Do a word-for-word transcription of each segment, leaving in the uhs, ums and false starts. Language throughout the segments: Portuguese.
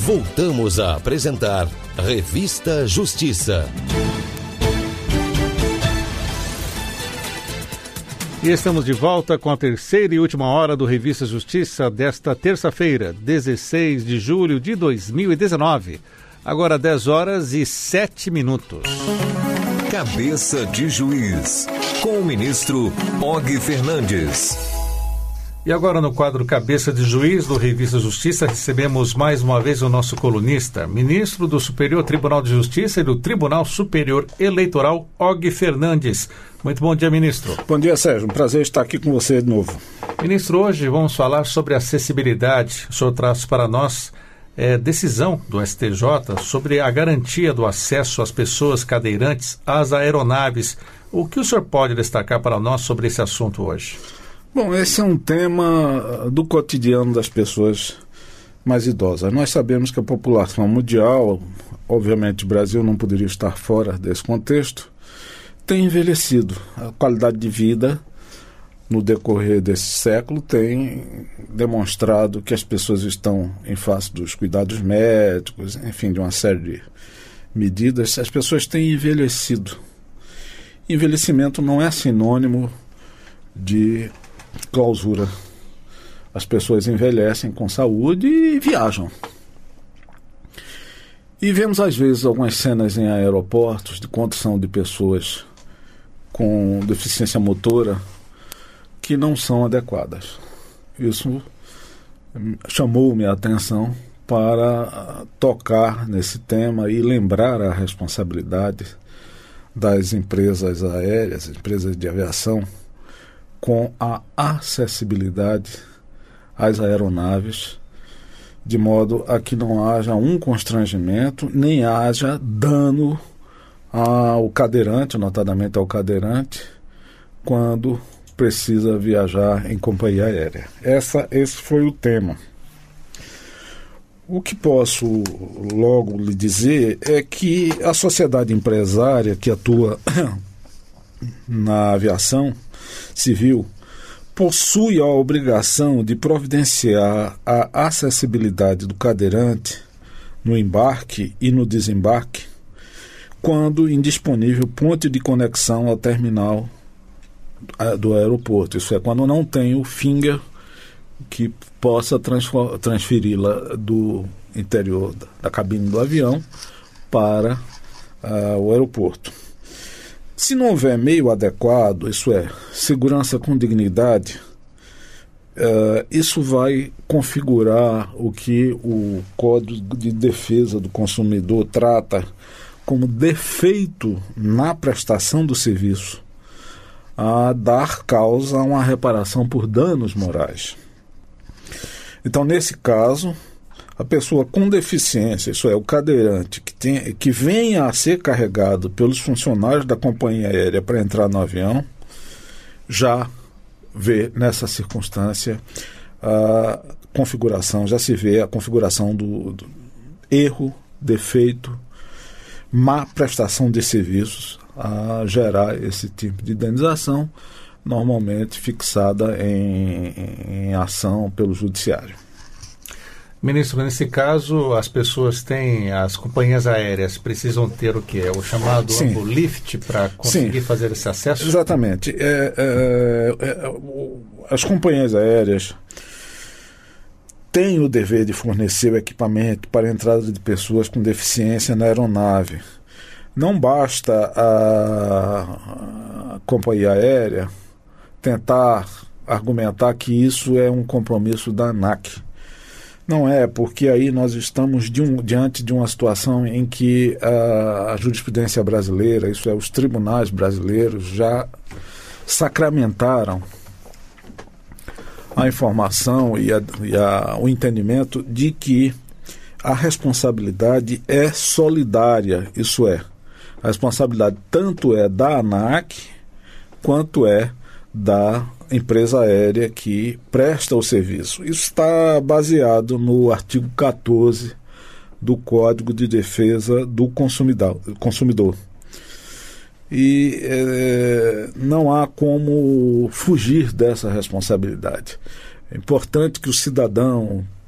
Voltamos a apresentar Revista Justiça. E estamos de volta com a terceira e última hora do Revista Justiça desta terça-feira, dezesseis de julho de dois mil e dezenove. Agora dez horas e sete minutos. Cabeça de Juiz, com o ministro Og Fernandes. E agora no quadro Cabeça de Juiz do Revista Justiça, recebemos mais uma vez o nosso colunista, ministro do Superior Tribunal de Justiça e do Tribunal Superior Eleitoral, Og Fernandes. Muito bom dia, ministro. Bom dia, Sérgio. Um prazer estar aqui com você de novo. Ministro, hoje vamos falar sobre acessibilidade. O senhor traz para nós é, decisão do S T J sobre a garantia do acesso às pessoas cadeirantes às aeronaves. O que o senhor pode destacar para nós sobre esse assunto hoje? Bom, esse é um tema do cotidiano das pessoas mais idosas. Nós sabemos que a população mundial, obviamente o Brasil não poderia estar fora desse contexto, tem envelhecido. A qualidade de vida no decorrer desse século tem demonstrado que as pessoas estão em face dos cuidados médicos, enfim, de uma série de medidas. As pessoas têm envelhecido. Envelhecimento não é sinônimo de clausura. As pessoas envelhecem com saúde e viajam. E vemos às vezes algumas cenas em aeroportos de condução de pessoas com deficiência motora que não são adequadas. Isso chamou minha atenção para tocar nesse tema e lembrar a responsabilidade das empresas aéreas, empresas de aviação, com a acessibilidade às aeronaves, de modo a que não haja um constrangimento, nem haja dano ao cadeirante, notadamente ao cadeirante, quando precisa viajar em companhia aérea. Essa, esse foi o tema. O que posso logo lhe dizer é que a sociedade empresária que atua na aviação civil possui a obrigação de providenciar a acessibilidade do cadeirante no embarque e no desembarque quando indisponível ponte de conexão ao terminal do aeroporto. Isso é, quando não tem o finger que possa transferi-la do interior da, da cabine do avião para uh, o aeroporto. Se não houver meio adequado, isso é, segurança com dignidade, uh, isso vai configurar o que o Código de Defesa do Consumidor trata como defeito na prestação do serviço, a dar causa a uma reparação por danos morais. Então, nesse caso, a pessoa com deficiência, isso é, o cadeirante, que, tem, que venha a ser carregado pelos funcionários da companhia aérea para entrar no avião, já vê nessa circunstância a configuração, já se vê a configuração do, do erro, defeito, má prestação de serviços a gerar esse tipo de indenização, normalmente fixada em, em ação pelo judiciário. Ministro, nesse caso, as pessoas têm, as companhias aéreas precisam ter o quê? O chamado ângulo lift para conseguir Sim. fazer esse acesso? Exatamente. É, é, é, as companhias aéreas têm o dever de fornecer o equipamento para a entrada de pessoas com deficiência na aeronave. Não basta a companhia aérea tentar argumentar que isso é um compromisso da ANAC. Não é, porque aí nós estamos de um, diante de uma situação em que a, a jurisprudência brasileira, isso é, os tribunais brasileiros já sacramentaram a informação e, a, e a, o entendimento de que a responsabilidade é solidária, isso é, a responsabilidade tanto é da ANAC quanto é da empresa aérea que presta o serviço. Isso está baseado no artigo quatorze do Código de Defesa do Consumidor. consumidor. E é, não há como fugir dessa responsabilidade. É importante que o cidadão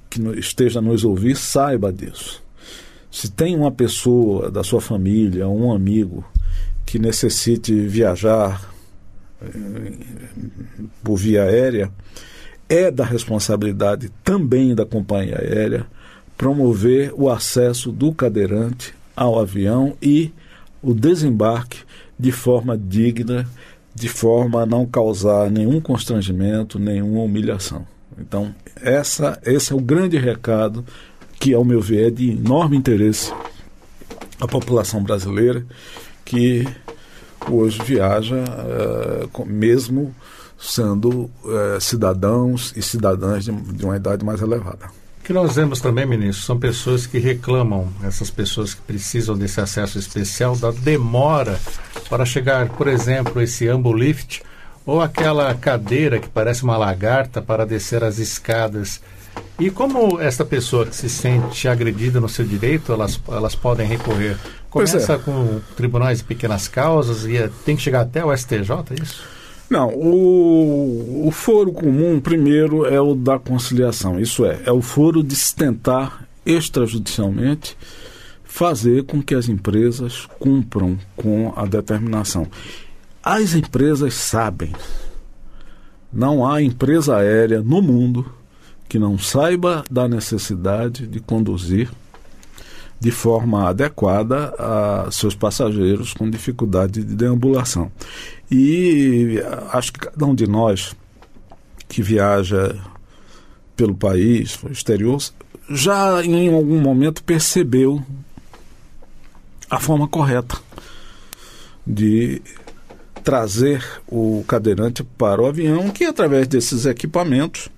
que esteja a nos ouvir saiba disso. Se tem uma pessoa da sua família, um amigo, que necessite viajar eh, por via aérea, é da responsabilidade também da companhia aérea promover o acesso do cadeirante ao avião e o desembarque de forma digna, de forma a não causar nenhum constrangimento, nenhuma humilhação. Então, essa, esse é o grande recado que, ao meu ver, é de enorme interesse à população brasileira que hoje viaja, uh, mesmo sendo uh, cidadãos e cidadãs de, de uma idade mais elevada. O que nós vemos também, ministro, são pessoas que reclamam, essas pessoas que precisam desse acesso especial, da demora para chegar, por exemplo, esse ambulift ou aquela cadeira que parece uma lagarta para descer as escadas. E como essa pessoa que se sente agredida no seu direito, elas, elas podem recorrer? Começa é. com tribunais de pequenas causas e é, tem que chegar até o S T J, é isso? Não, o, o foro comum, primeiro, é o da conciliação. Isso é, é o foro de se tentar extrajudicialmente fazer com que as empresas cumpram com a determinação. As empresas sabem. Não há empresa aérea no mundo que não saiba da necessidade de conduzir de forma adequada a seus passageiros com dificuldade de deambulação. E acho que cada um de nós que viaja pelo país, pelo exterior, já em algum momento percebeu a forma correta de trazer o cadeirante para o avião, que através desses equipamentos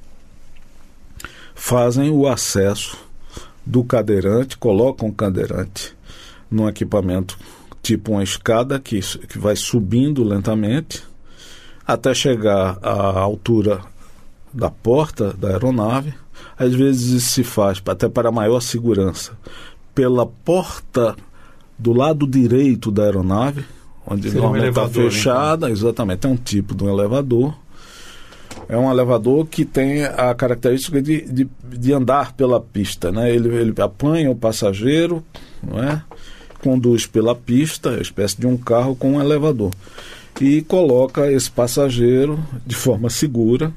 fazem o acesso do cadeirante, colocam o cadeirante num equipamento tipo uma escada que, que vai subindo lentamente até chegar à altura da porta da aeronave. Às vezes isso se faz, até para maior segurança, pela porta do lado direito da aeronave, onde Seria normalmente está um fechada, então. Exatamente, é um tipo de um elevador. É um elevador que tem a característica de, de, de andar pela pista, né? Ele, ele apanha o passageiro, não é? Conduz pela pista, é uma espécie de um carro com um elevador, e coloca esse passageiro de forma segura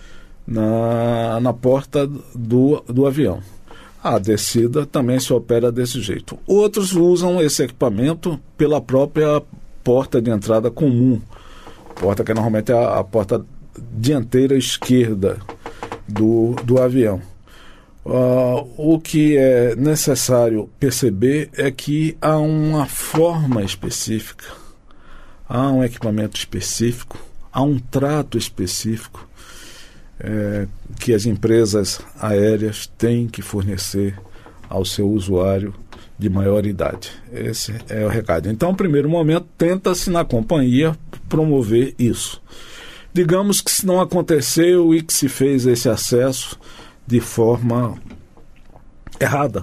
na, na porta do, do avião. A descida também se opera desse jeito. Outros usam esse equipamento pela própria porta de entrada comum, porta que normalmente é a, a porta dianteira esquerda do, do avião. Uh, o que é necessário perceber é que há uma forma específica, há um equipamento específico, há um trato específico é, que as empresas aéreas têm que fornecer ao seu usuário de maior idade. Esse é o recado. Então, no primeiro momento, tenta-se na companhia promover isso. Digamos que se não aconteceu e que se fez esse acesso de forma errada,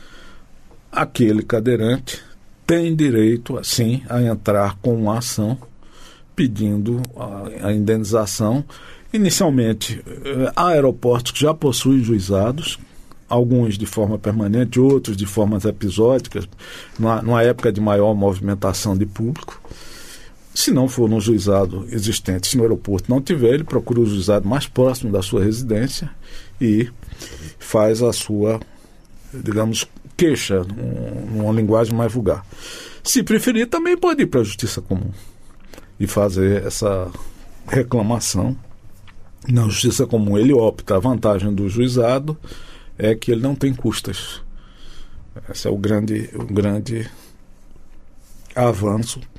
aquele cadeirante tem direito, assim, a entrar com uma ação pedindo a, a indenização. Inicialmente, há aeroportos que já possuem juizados, alguns de forma permanente, outros de formas episódicas, numa, numa época de maior movimentação de público. Se não for no juizado existente, se no aeroporto não tiver, ele procura o juizado mais próximo da sua residência e faz a sua, digamos, queixa, numa linguagem mais vulgar. Se preferir, também pode ir para a Justiça Comum e fazer essa reclamação. Na Justiça Comum ele opta, a vantagem do juizado é que ele não tem custas. Esse é o grande, o grande avanço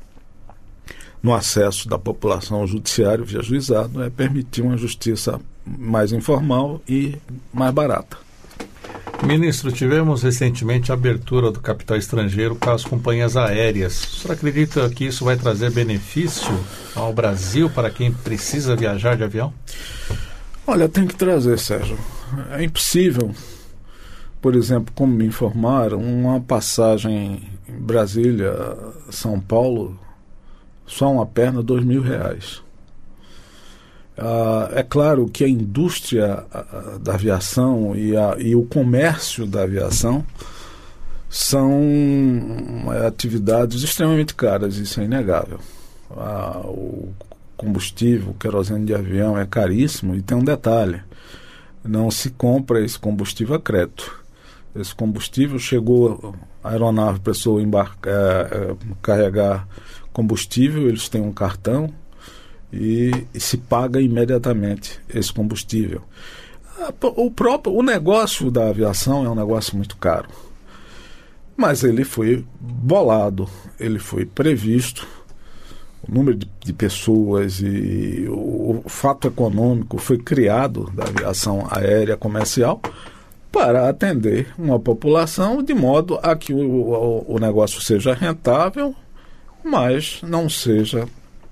no acesso da população ao judiciário via juizado, é permitir uma justiça mais informal e mais barata. Ministro, tivemos recentemente a abertura do capital estrangeiro para as companhias aéreas. O senhor acredita que isso vai trazer benefício ao Brasil para quem precisa viajar de avião? Olha, tem que trazer, Sérgio. É impossível, por exemplo, como me informaram, uma passagem em Brasília, São Paulo, só uma perna, dois mil reais. Ah, é claro que a indústria da aviação e, a, e o comércio da aviação são atividades extremamente caras, isso é inegável. Ah, o combustível, o querosene de avião é caríssimo, e tem um detalhe: não se compra esse combustível a crédito. Esse combustível chegou, a aeronave precisou embarcar, é, carregar combustível, eles têm um cartão e, e se paga imediatamente esse combustível. O próprio o negócio da aviação é um negócio muito caro, mas ele foi bolado, ele foi previsto, o número de, de pessoas e o, o fato econômico foi criado da aviação aérea comercial para atender uma população de modo a que o, o, o negócio seja rentável, mas não seja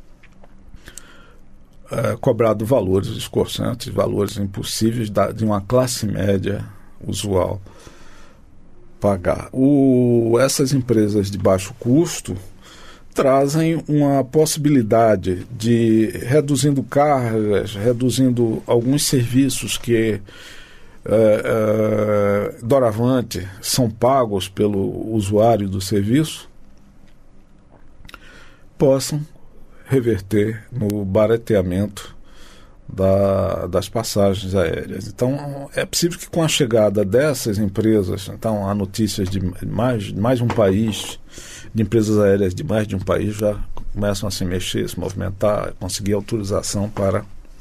é, cobrado valores escorçantes, valores impossíveis da, de uma classe média usual pagar. O, essas empresas de baixo custo trazem uma possibilidade de, reduzindo cargas, reduzindo alguns serviços que é, é, doravante são pagos pelo usuário do serviço, possam reverter no barateamento da, das passagens aéreas. Então, é possível que com a chegada dessas empresas, então há notícias de mais, mais de um país, de empresas aéreas de mais de um país já começam a se mexer, se movimentar, conseguir autorização para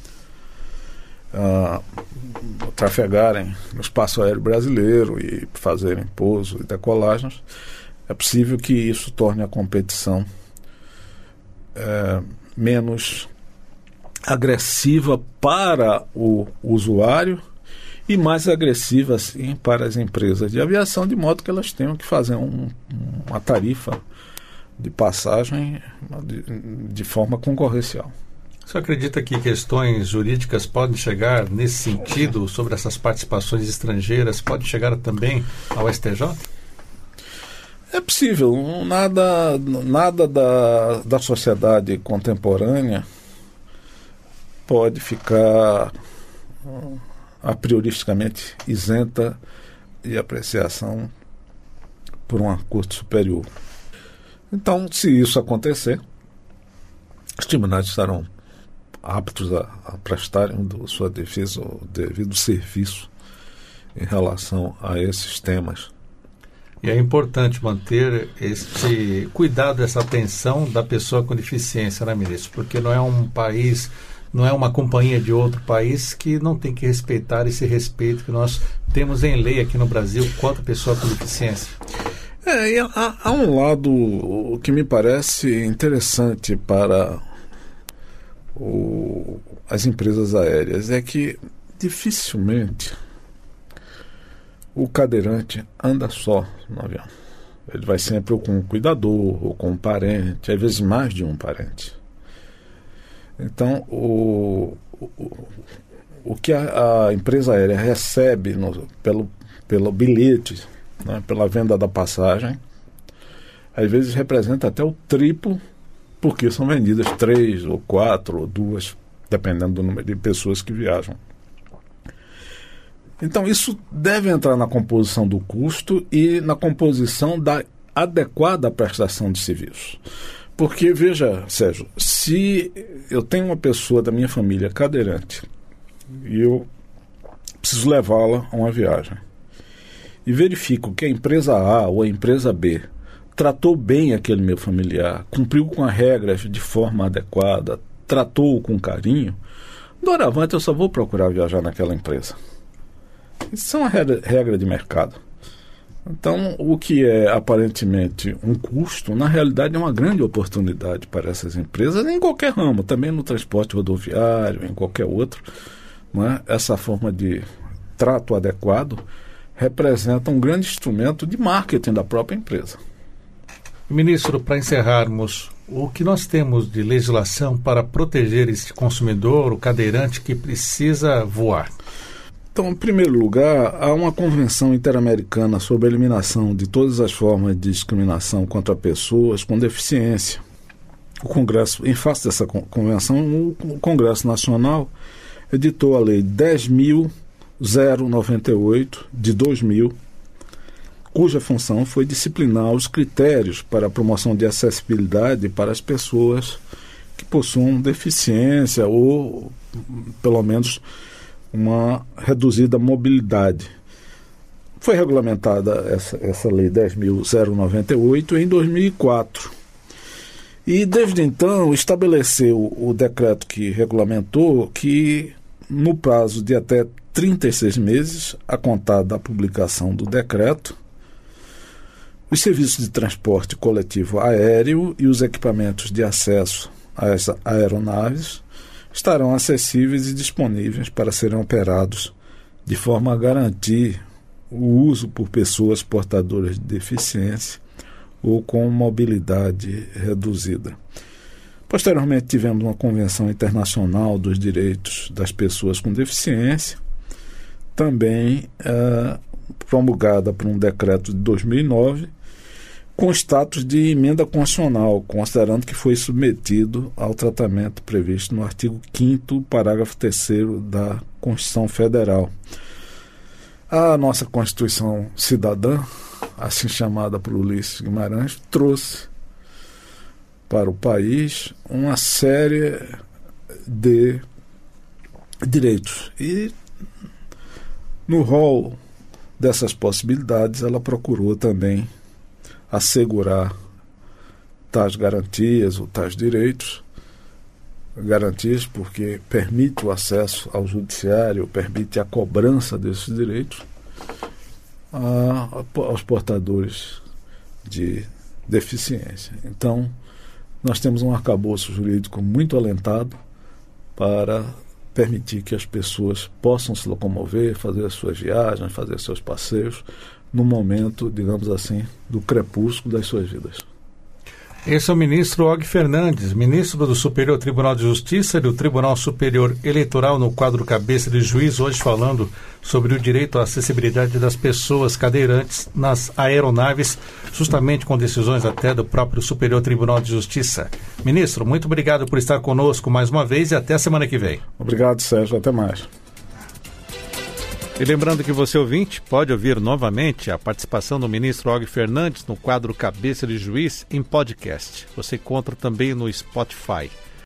uh, trafegarem no espaço aéreo brasileiro e fazerem pouso e decolagens. É possível que isso torne a competição É, menos agressiva para o usuário e mais agressiva, sim, para as empresas de aviação, de modo que elas tenham que fazer um, uma tarifa de passagem de, de forma concorrencial. Você acredita que questões jurídicas podem chegar nesse sentido, sobre essas participações estrangeiras, pode chegar também ao S T J? É possível. Nada, nada da, da sociedade contemporânea pode ficar a prioristicamente isenta de apreciação por uma corte superior. Então, se isso acontecer, os tribunais estarão aptos a, a prestarem do, sua defesa o devido serviço em relação a esses temas. E é importante manter esse cuidado, essa atenção da pessoa com deficiência, né, ministro? Porque não é um país, não é uma companhia de outro país que não tem que respeitar esse respeito que nós temos em lei aqui no Brasil quanto a pessoa com deficiência. É, e há, há um lado que me parece interessante para o, as empresas aéreas, é que dificilmente o cadeirante anda só no avião. Ele vai sempre ou com um cuidador, ou com um parente, às vezes mais de um parente. Então, o, o, o que a, a empresa aérea recebe no, pelo, pelo bilhete, né, pela venda da passagem, às vezes representa até o triplo, porque são vendidas três, ou quatro, ou duas, dependendo do número de pessoas que viajam. Então, isso deve entrar na composição do custo e na composição da adequada prestação de serviços. Porque, veja, Sérgio, se eu tenho uma pessoa da minha família cadeirante e eu preciso levá-la a uma viagem e verifico que a empresa A ou a empresa B tratou bem aquele meu familiar, cumpriu com as regras de forma adequada, tratou-o com carinho, doravante eu só vou procurar viajar naquela empresa. Isso é uma regra, regra de mercado. Então, o que é aparentemente um custo, na realidade é uma grande oportunidade para essas empresas, em qualquer ramo, também no transporte rodoviário, em qualquer outro. Não é? Essa forma de trato adequado representa um grande instrumento de marketing da própria empresa. Ministro, para encerrarmos, o que nós temos de legislação para proteger este consumidor, o cadeirante que precisa voar? Então, em primeiro lugar, há uma convenção interamericana sobre a eliminação de todas as formas de discriminação contra pessoas com deficiência. o Congresso, em face dessa convenção, o Congresso Nacional editou a Lei dez mil noventa e oito de dois mil, cuja função foi disciplinar os critérios para a promoção de acessibilidade para as pessoas que possuam deficiência ou, pelo menos, uma reduzida mobilidade. Foi regulamentada essa, essa Lei dez mil noventa e oito em dois mil e quatro. E, desde então, estabeleceu o decreto que regulamentou que, no prazo de até trinta e seis meses, a contar da publicação do decreto, os serviços de transporte coletivo aéreo e os equipamentos de acesso às aeronaves estarão acessíveis e disponíveis para serem operados de forma a garantir o uso por pessoas portadoras de deficiência ou com mobilidade reduzida. Posteriormente, tivemos uma Convenção Internacional dos Direitos das Pessoas com Deficiência, também eh, promulgada por um decreto de dois mil e nove, com status de emenda constitucional, considerando que foi submetido ao tratamento previsto no artigo quinto, parágrafo terceiro da Constituição Federal. A nossa Constituição Cidadã, assim chamada por Ulisses Guimarães, trouxe para o país uma série de direitos. E, no rol dessas possibilidades, ela procurou também assegurar tais garantias ou tais direitos, garantias porque permite o acesso ao judiciário, permite a cobrança desses direitos a, a, aos portadores de deficiência. Então, nós temos um arcabouço jurídico muito alentado para permitir que as pessoas possam se locomover, fazer as suas viagens, fazer seus passeios, no momento, digamos assim, do crepúsculo das suas vidas. Esse é o ministro Og Fernandes, ministro do Superior Tribunal de Justiça e do Tribunal Superior Eleitoral, no quadro Cabeça de Juiz, hoje falando sobre o direito à acessibilidade das pessoas cadeirantes nas aeronaves, justamente com decisões até do próprio Superior Tribunal de Justiça. Ministro, muito obrigado por estar conosco mais uma vez e até a semana que vem. Obrigado, Sérgio. Até mais. E lembrando que você, ouvinte, pode ouvir novamente a participação do ministro Og Fernandes no quadro Cabeça de Juiz em podcast. Você encontra também no Spotify.